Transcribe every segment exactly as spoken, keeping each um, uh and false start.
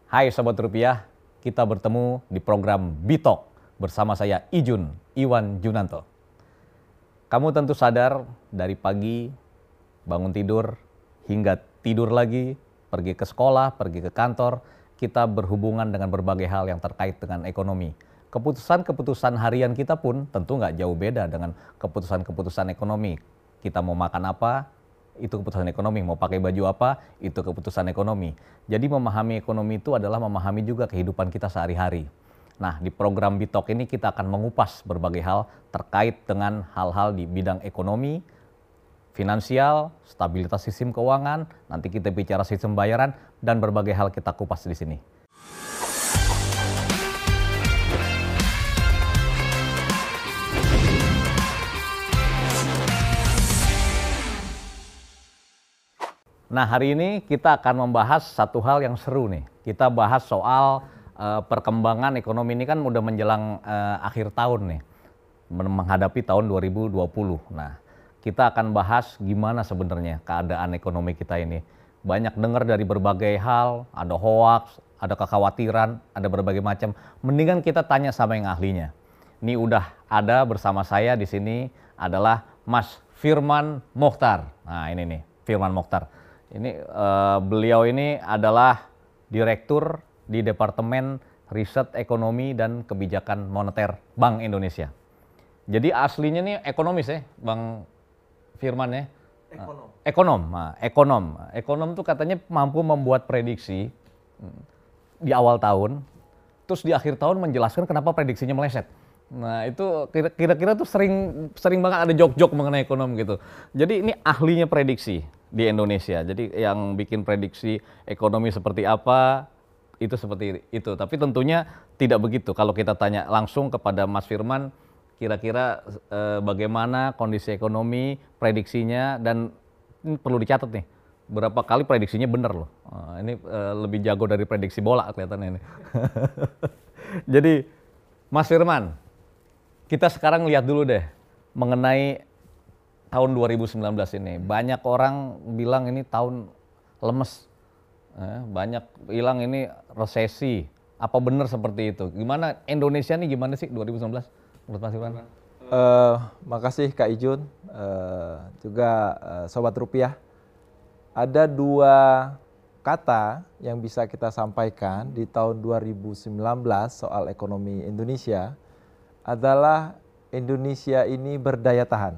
Hai Sobat Rupiah, kita bertemu di program Bitok bersama saya Ijun Iwan Junanto. Kamu tentu sadar dari pagi bangun tidur hingga tidur lagi, pergi ke sekolah, pergi ke kantor, kita berhubungan dengan berbagai hal yang terkait dengan ekonomi. Keputusan-keputusan harian kita pun tentu nggak jauh beda dengan keputusan-keputusan ekonomi. Kita mau makan apa, itu keputusan ekonomi. Mau pakai baju apa, itu keputusan ekonomi. Jadi memahami ekonomi itu adalah memahami juga kehidupan kita sehari-hari. Nah, di program Bitok ini kita akan mengupas berbagai hal terkait dengan hal-hal di bidang ekonomi, finansial, stabilitas sistem keuangan, nanti kita bicara sistem bayaran, dan berbagai hal kita kupas di sini. Nah, hari ini kita akan membahas satu hal yang seru nih. Kita bahas soal uh, perkembangan ekonomi ini kan udah menjelang uh, akhir tahun nih, menghadapi tahun dua ribu dua puluh. Nah, kita akan bahas gimana sebenarnya keadaan ekonomi kita ini. Banyak dengar dari berbagai hal, ada hoaks, ada kekhawatiran, ada berbagai macam. Mendingan kita tanya sama yang ahlinya. Ini udah ada bersama saya di sini adalah Mas Firman Mokhtar. Nah, ini nih, Firman Mokhtar. Ini uh, beliau ini adalah direktur di Departemen Riset Ekonomi dan Kebijakan Moneter Bank Indonesia. Jadi aslinya nih ekonomis ya, Bang Firman ya. Ekonom. Ekonom. Nah, ekonom. Ekonom tuh katanya mampu membuat prediksi di awal tahun, terus di akhir tahun menjelaskan kenapa prediksinya meleset. Nah, itu kira-kira tuh sering sering banget ada jok-jok mengenai ekonom gitu. Jadi ini ahlinya prediksi di Indonesia. Jadi yang bikin prediksi ekonomi seperti apa, itu seperti itu. Tapi tentunya tidak begitu. Kalau kita tanya langsung kepada Mas Firman, kira-kira eh, bagaimana kondisi ekonomi, prediksinya, dan ini perlu dicatat nih, berapa kali prediksinya benar loh. Nah, ini eh, lebih jago dari prediksi bola kelihatannya ini. Jadi Mas Firman, kita sekarang lihat dulu deh mengenai tahun dua ribu sembilan belas ini. Banyak orang bilang ini tahun lemes, eh, banyak bilang ini resesi. Apa benar seperti itu? Gimana Indonesia nih, gimana sih dua ribu sembilan belas menurut Mas Firman? Uh, makasih Kak Ijun, uh, juga uh, Sobat Rupiah. Ada dua kata yang bisa kita sampaikan di tahun dua ribu sembilan belas soal ekonomi Indonesia adalah Indonesia ini berdaya tahan.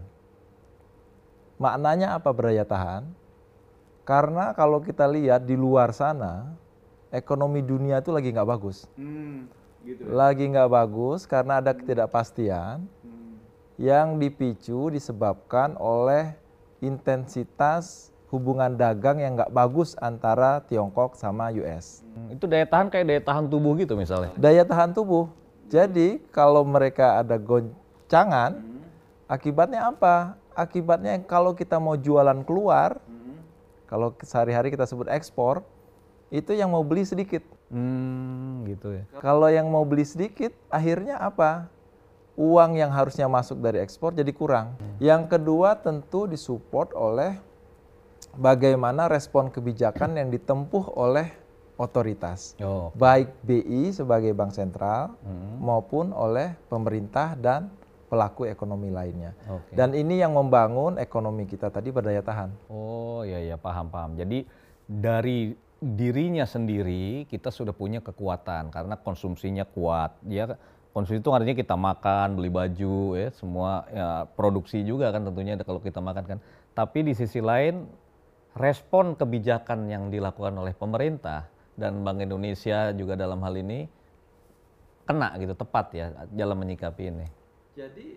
Maknanya apa berdaya tahan? Karena kalau kita lihat di luar sana, ekonomi dunia itu lagi nggak bagus. Hmm, gitu ya? Lagi nggak bagus karena ada ketidakpastian hmm. yang dipicu disebabkan oleh intensitas hubungan dagang yang nggak bagus antara Tiongkok sama U S. Hmm, itu daya tahan kayak daya tahan tubuh gitu misalnya? Daya tahan tubuh. Jadi kalau mereka ada goncangan, hmm. akibatnya apa? Akibatnya kalau kita mau jualan keluar, hmm. kalau sehari-hari kita sebut ekspor, itu yang mau beli sedikit. Hmm, gitu ya. Kalau yang mau beli sedikit, akhirnya apa? Uang yang harusnya masuk dari ekspor jadi kurang. Hmm. Yang kedua tentu disupport oleh bagaimana respon kebijakan yang ditempuh oleh otoritas. Oh. Baik B I sebagai bank sentral hmm. maupun oleh pemerintah dan pelaku ekonomi lainnya. Okay. Dan ini yang membangun ekonomi kita tadi berdaya tahan. Oh iya iya paham paham. Jadi dari dirinya sendiri kita sudah punya kekuatan karena konsumsinya kuat. Ya konsumsi itu artinya kita makan, beli baju, ya semua ya, produksi juga kan tentunya kalau kita makan kan. Tapi di sisi lain respon kebijakan yang dilakukan oleh pemerintah dan Bank Indonesia juga dalam hal ini kena gitu tepat ya dalam menyikapi ini. Jadi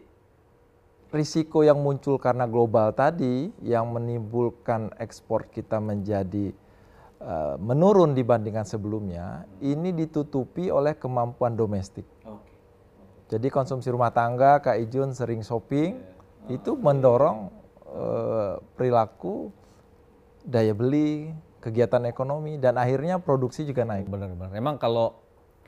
risiko yang muncul karena global tadi yang menimbulkan ekspor kita menjadi uh, menurun dibandingkan sebelumnya, ini ditutupi oleh kemampuan domestik. Okay. Jadi konsumsi rumah tangga, Kak Ijun sering shopping, yeah. oh, itu mendorong uh, perilaku daya beli, kegiatan ekonomi, dan akhirnya produksi juga naik. Benar-benar. Emang kalau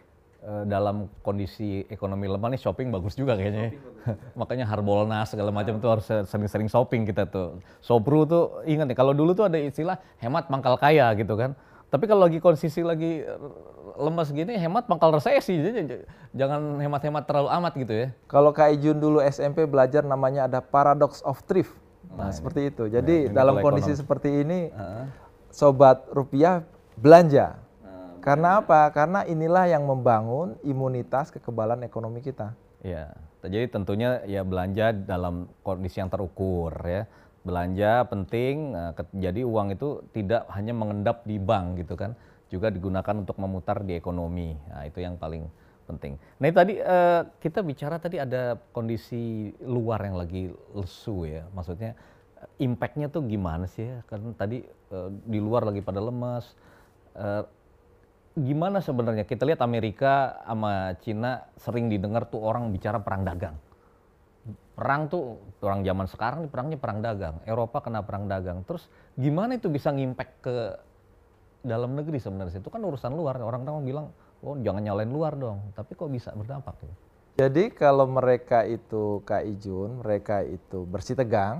dalam kondisi ekonomi lemah nih shopping bagus juga kayaknya. Makanya Harbolnas segala macam tuh harus sering-sering shopping kita tuh. Sopru tuh ingat nih kalau dulu tuh ada istilah hemat mangkal kaya gitu kan. Tapi kalau lagi kondisi lagi eh, lemas gini, hemat pangkal resesi. Jadi j- jangan hemat-hemat terlalu amat gitu ya. Kalau Kak Ijun dulu S M P belajar namanya ada paradox of thrift. Nah, Nah, seperti itu. Ya, Jadi ini dalam kalau kondisi ekonomi. seperti ini, Heeh. sobat rupiah belanja. Nah, Karena apa? Karena inilah yang membangun imunitas kekebalan ekonomi kita. Ya, jadi tentunya ya belanja dalam kondisi yang terukur ya. Belanja penting, eh, ke- jadi uang itu tidak hanya mengendap di bank gitu kan, juga digunakan untuk memutar di ekonomi. Nah, itu yang paling penting. Nah, ini tadi eh, kita bicara tadi ada kondisi luar yang lagi lesu ya, maksudnya eh, impact-nya tuh gimana sih ya? Kan tadi eh, di luar lagi pada lemas. Eh, Gimana sebenarnya kita lihat Amerika sama Cina sering didengar tuh orang bicara perang dagang. Perang tuh orang zaman sekarang nih perangnya perang dagang. Eropa kena perang dagang. Terus gimana itu bisa ngimpact ke dalam negeri sebenarnya? Itu kan urusan luar. Orang-orang bilang, oh jangan nyalain luar dong. Tapi kok bisa berdampak tuh? Jadi kalau mereka itu Kak Ijun, mereka itu bersih tegang,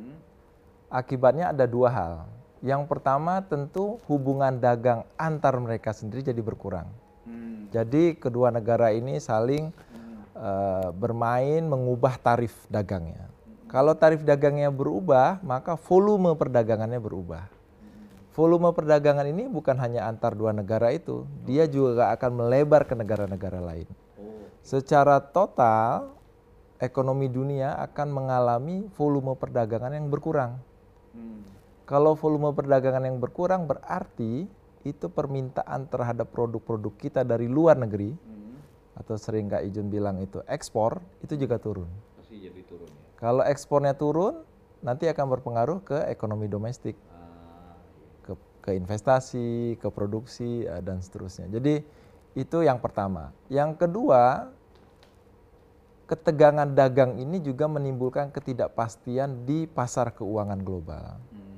akibatnya ada dua hal. Yang pertama tentu hubungan dagang antar mereka sendiri jadi berkurang. Jadi kedua negara ini saling eh, bermain mengubah tarif dagangnya. Kalau tarif dagangnya berubah, maka volume perdagangannya berubah. Volume perdagangan ini bukan hanya antar dua negara itu, dia juga akan melebar ke negara-negara lain. Secara total, ekonomi dunia akan mengalami volume perdagangan yang berkurang. Kalau volume perdagangan yang berkurang berarti itu permintaan terhadap produk-produk kita dari luar negeri, atau sering Kak Ijun bilang itu ekspor, itu juga turun. Pasti jadi turun ya. Kalau ekspornya turun, nanti akan berpengaruh ke ekonomi domestik, ke, ke investasi, ke produksi, eh, dan seterusnya. Jadi itu yang pertama. Yang kedua, ketegangan dagang ini juga menimbulkan ketidakpastian di pasar keuangan global.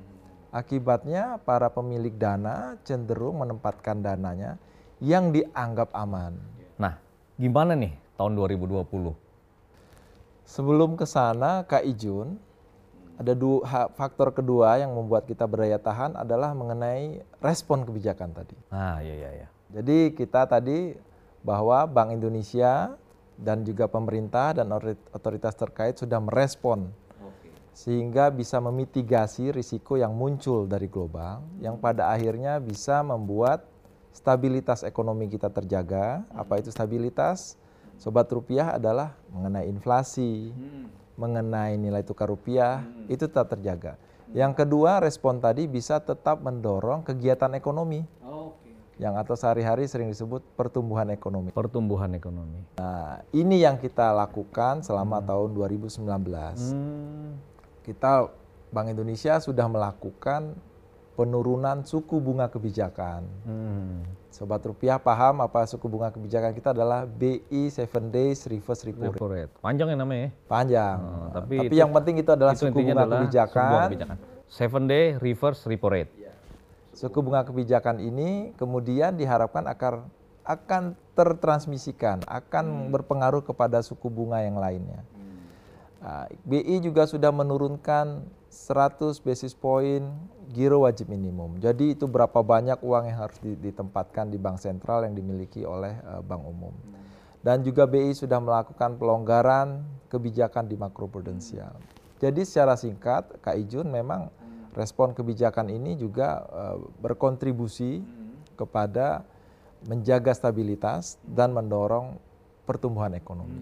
Akibatnya para pemilik dana cenderung menempatkan dananya yang dianggap aman. Nah, gimana nih tahun dua ribu dua puluh? Sebelum ke sana, Kak Ijun, ada dua ha- faktor kedua yang membuat kita berdaya tahan adalah mengenai respon kebijakan tadi. Ah, iya iya iya. Jadi kita tadi bahwa Bank Indonesia dan juga pemerintah dan otori- otoritas terkait sudah merespon sehingga bisa memitigasi risiko yang muncul dari global yang pada akhirnya bisa membuat stabilitas ekonomi kita terjaga. Apa itu stabilitas? Sobat rupiah adalah mengenai inflasi, mengenai nilai tukar rupiah, itu tetap terjaga. Yang kedua, respon tadi bisa tetap mendorong kegiatan ekonomi yang atau sehari-hari sering disebut pertumbuhan ekonomi. Pertumbuhan ekonomi. Nah, ini yang kita lakukan selama tahun dua ribu sembilan belas. Hmm. Kita Bank Indonesia sudah melakukan penurunan suku bunga kebijakan. Hmm. Sobat rupiah paham apa suku bunga kebijakan kita adalah B I tujuh days reverse repo rate. Repo rate. Panjang ya namanya ya? Panjang. Oh, tapi tapi itu- yang penting itu adalah Itu suku intinya bunga adalah kebijakan. suku bunga kebijakan. Seven day reverse repo rate. Suku bunga kebijakan ini kemudian diharapkan akan akan tertransmisikan, akan berpengaruh kepada suku bunga yang lainnya. Nah, B I juga sudah menurunkan seratus basis point giro wajib minimum. Jadi itu berapa banyak uang yang harus ditempatkan di bank sentral yang dimiliki oleh uh, bank umum. Dan juga B I sudah melakukan pelonggaran kebijakan di makroprudensial. Jadi secara singkat, Kak Ijun memang respon kebijakan ini juga uh, berkontribusi kepada menjaga stabilitas dan mendorong pertumbuhan ekonomi.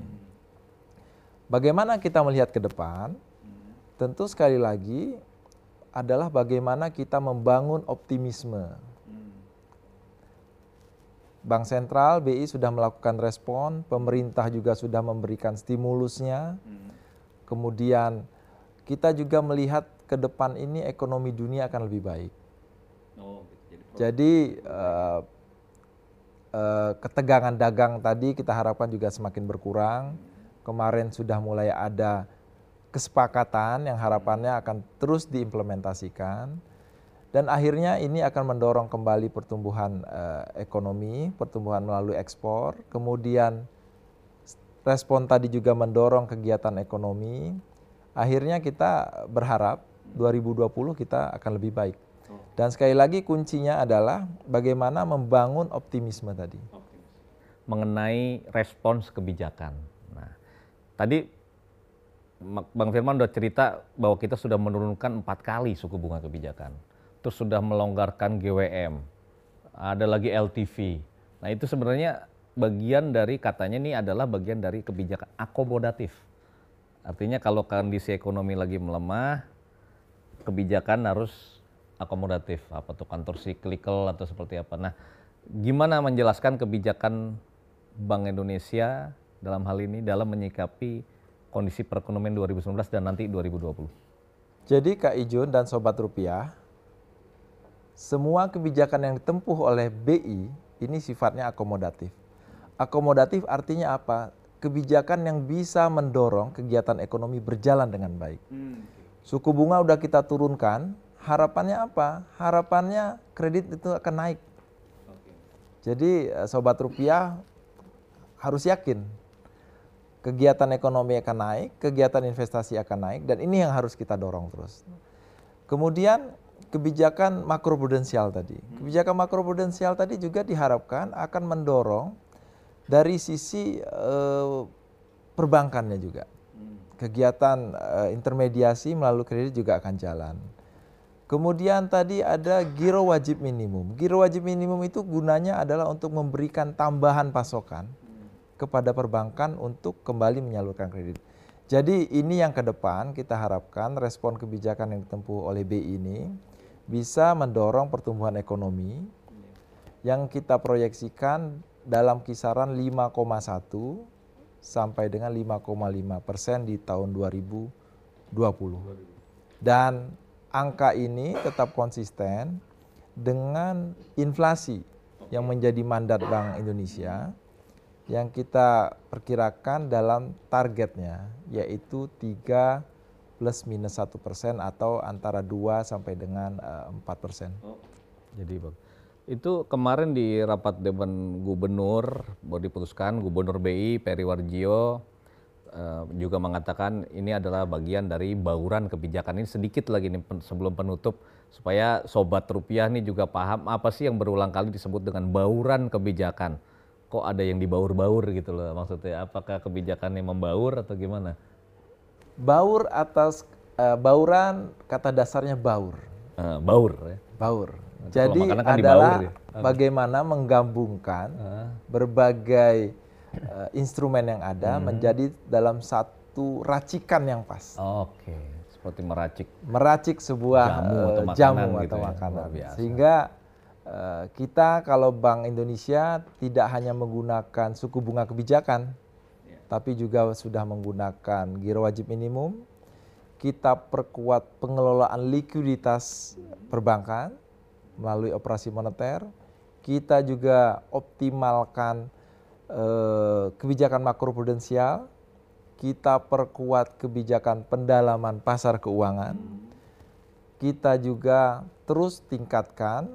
Bagaimana kita melihat ke depan? Tentu sekali lagi adalah bagaimana kita membangun optimisme. Bank Sentral, B I sudah melakukan respon, pemerintah juga sudah memberikan stimulusnya. Kemudian kita juga melihat ke depan ini ekonomi dunia akan lebih baik. Jadi uh, uh, ketegangan dagang tadi kita harapkan juga semakin berkurang. Kemarin sudah mulai ada kesepakatan yang harapannya akan terus diimplementasikan. Dan akhirnya ini akan mendorong kembali pertumbuhan uh, ekonomi, pertumbuhan melalui ekspor. Kemudian respon tadi juga mendorong kegiatan ekonomi. Akhirnya kita berharap dua ribu dua puluh kita akan lebih baik. Dan sekali lagi kuncinya adalah bagaimana membangun optimisme tadi. Mengenai respons kebijakan. Nah, tadi Bang Firman udah cerita bahwa kita sudah menurunkan empat kali suku bunga kebijakan. Terus sudah melonggarkan G W M. Ada lagi L T V. Nah, itu sebenarnya bagian dari, katanya ini adalah bagian dari kebijakan akomodatif. Artinya kalau kondisi ekonomi lagi melemah, kebijakan harus akomodatif, apa tuh kantor cyclical atau seperti apa. Nah, gimana menjelaskan kebijakan Bank Indonesia dalam hal ini dalam menyikapi kondisi perekonomian dua ribu sembilan belas dan nanti dua ribu dua puluh? Jadi Kak Ijun dan Sobat Rupiah, semua kebijakan yang ditempuh oleh B I ini sifatnya akomodatif. Akomodatif artinya apa? Kebijakan yang bisa mendorong kegiatan ekonomi berjalan dengan baik. Suku bunga udah kita turunkan, harapannya apa? Harapannya kredit itu akan naik. Jadi Sobat Rupiah harus yakin kegiatan ekonomi akan naik, kegiatan investasi akan naik, dan ini yang harus kita dorong terus. Kemudian kebijakan makroprudensial tadi. Kebijakan makroprudensial tadi juga diharapkan akan mendorong dari sisi eh, perbankannya juga. Kegiatan eh, intermediasi melalui kredit juga akan jalan. Kemudian tadi ada giro wajib minimum. Giro wajib minimum itu gunanya adalah untuk memberikan tambahan pasokan kepada perbankan untuk kembali menyalurkan kredit. Jadi ini yang ke depan kita harapkan respon kebijakan yang ditempuh oleh B I ini bisa mendorong pertumbuhan ekonomi yang kita proyeksikan dalam kisaran lima koma satu sampai dengan lima koma lima persen di tahun dua ribu dua puluh. Dan angka ini tetap konsisten dengan inflasi yang menjadi mandat Bank Indonesia yang kita perkirakan dalam targetnya, yaitu tiga plus minus satu persen atau antara dua sampai dengan empat persen. Oh, jadi Bang, itu kemarin di rapat Dewan Gubernur baru diputuskan, Gubernur B I Peri Warjio uh, juga mengatakan ini adalah bagian dari bauran kebijakan. Ini sedikit lagi nih sebelum penutup supaya Sobat Rupiah nih juga paham apa sih yang berulang kali disebut dengan bauran kebijakan. Kok ada yang dibaur-baur gitu loh, maksudnya apakah kebijakannya membaur atau gimana? Baur atas uh, bauran kata dasarnya baur. Uh, baur ya. Baur. Nah, jadi kan adalah dibaur, ya? Bagaimana menggabungkan uh. berbagai uh, instrumen yang ada hmm. menjadi dalam satu racikan yang pas. Oh, Oke, okay. Seperti meracik. Meracik sebuah jamu atau uh, makanan, jamu gitu atau ya, makanan. Sehingga uh, kita kalau Bank Indonesia tidak hanya menggunakan suku bunga kebijakan, yeah. tapi juga sudah menggunakan giro wajib minimum. Kita perkuat pengelolaan likuiditas perbankan melalui operasi moneter. Kita juga optimalkan eh, kebijakan makroprudensial. Kita perkuat kebijakan pendalaman pasar keuangan. Kita juga terus tingkatkan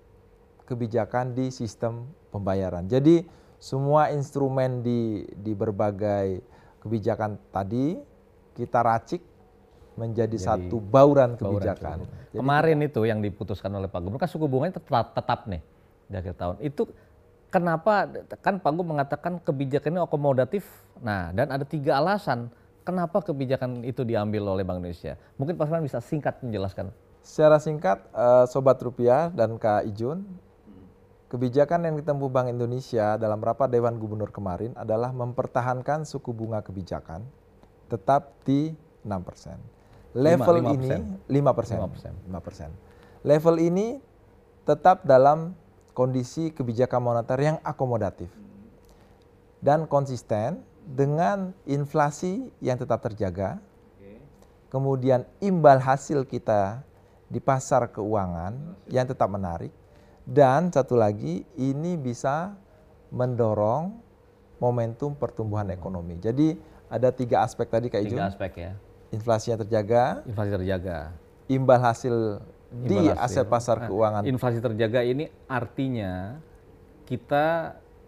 kebijakan di sistem pembayaran. Jadi semua instrumen di, di berbagai kebijakan tadi kita racik menjadi Jadi, satu bauran kebijakan. Bauran Jadi Kemarin kita, itu yang diputuskan oleh Pak Gubernur kan suku bunganya tetap, tetap nih di akhir tahun. Itu kenapa kan Pak Gubernur mengatakan kebijakan ini akomodatif. Nah, dan ada tiga alasan kenapa kebijakan itu diambil oleh Bank Indonesia. Mungkin Pak Firman bisa singkat menjelaskan. Secara singkat, uh, Sobat Rupiah dan Kak Ijun, kebijakan yang ditempuh Bank Indonesia dalam rapat Dewan Gubernur kemarin adalah mempertahankan suku bunga kebijakan tetap di enam persen. Level lima, lima ini lima persen. lima persen. Level ini tetap dalam kondisi kebijakan moneter yang akomodatif dan konsisten dengan inflasi yang tetap terjaga. Kemudian imbal hasil kita di pasar keuangan yang tetap menarik, dan satu lagi ini bisa mendorong momentum pertumbuhan ekonomi. Jadi ada tiga aspek tadi Kak Ijun. Tiga aspek ya. Inflasinya terjaga, inflasi terjaga, imbal hasil di imbal hasil. aset pasar nah, keuangan. Inflasi terjaga ini artinya kita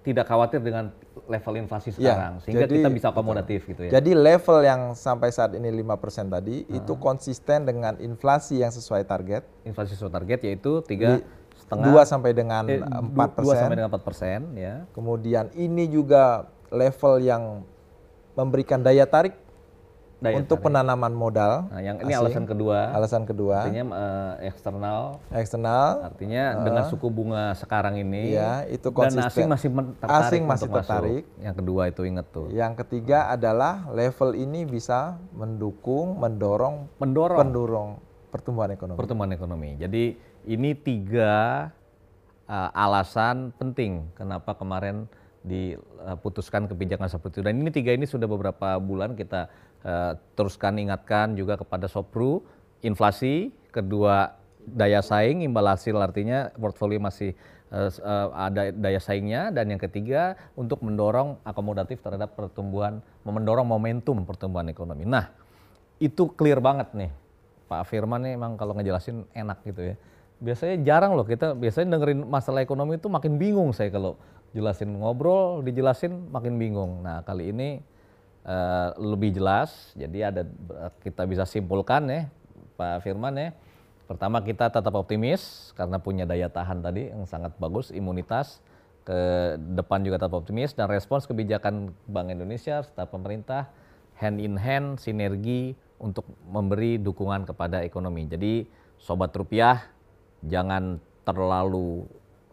tidak khawatir dengan level inflasi Ya, sekarang, sehingga jadi- kita bisa akomodatif gitu ya. Jadi level yang sampai saat ini lima persen tadi itu konsisten dengan inflasi yang sesuai target. Inflasi sesuai target yaitu tiga setengah dua sampai dengan eh, empat du- dua persen. sampai dengan empat persen ya. Kemudian ini juga level yang memberikan daya tarik Daya untuk tarik. penanaman modal. Nah, yang ini asing. alasan kedua. Alasan kedua. Artinya eh, eksternal, Eksternal. artinya dengan suku bunga sekarang ini Ya, itu dan konsisten. asing masih men- tertarik Asing untuk masih masuk. tertarik. Yang kedua itu ingat tuh. Yang ketiga adalah level ini bisa mendukung, mendorong, Mendorong pendorong pertumbuhan ekonomi. pertumbuhan ekonomi. Jadi ini tiga uh, alasan penting kenapa kemarin diputuskan kebijakan seperti itu. Dan ini tiga ini sudah beberapa bulan kita uh, teruskan ingatkan juga kepada Sopru, inflasi, kedua daya saing, imbal hasil artinya portfolio masih uh, uh, ada daya saingnya, dan yang ketiga untuk mendorong akomodatif terhadap pertumbuhan, mendorong momentum pertumbuhan ekonomi. Nah, itu clear banget nih. Pak Firman nih emang kalau ngejelasin enak gitu ya. Biasanya jarang loh kita, biasanya dengerin masalah ekonomi itu makin bingung saya kalau jelasin, ngobrol, dijelasin makin bingung. Nah kali ini uh, lebih jelas, jadi ada kita bisa simpulkan ya Pak Firman ya. Pertama kita tetap optimis karena punya daya tahan tadi yang sangat bagus, imunitas. Ke depan juga tetap optimis dan respons kebijakan Bank Indonesia serta pemerintah hand in hand, sinergi untuk memberi dukungan kepada ekonomi. Jadi Sobat Rupiah jangan terlalu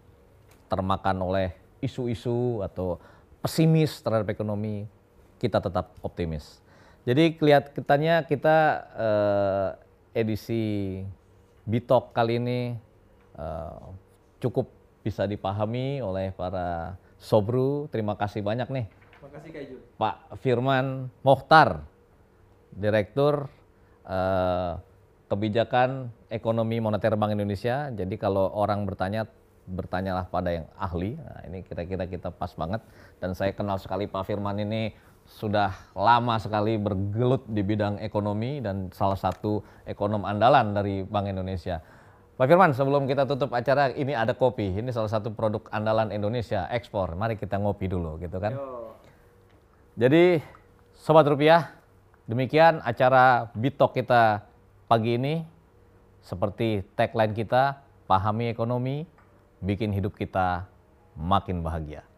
termakan oleh isu-isu atau pesimis terhadap ekonomi, kita tetap optimis. Jadi kelihatannya kita eh, edisi Bitok kali ini eh, cukup bisa dipahami oleh para Sobru. Terima kasih banyak nih. Terima kasih Kak Ijul. Pak Firman Mokhtar, Direktur eh, Kebijakan Ekonomi Moneter Bank Indonesia. Jadi kalau orang bertanya, bertanyalah pada yang ahli. Nah, ini kira-kira kita pas banget. Dan saya kenal sekali Pak Firman ini sudah lama sekali bergelut di bidang ekonomi dan salah satu ekonom andalan dari Bank Indonesia. Pak Firman, sebelum kita tutup acara, ini ada kopi. Ini salah satu produk andalan Indonesia, ekspor. Mari kita ngopi dulu gitu kan. Yo. Jadi Sobat Rupiah, demikian acara Bitok kita pagi ini. Seperti tagline kita, pahami ekonomi, bikin hidup kita makin bahagia.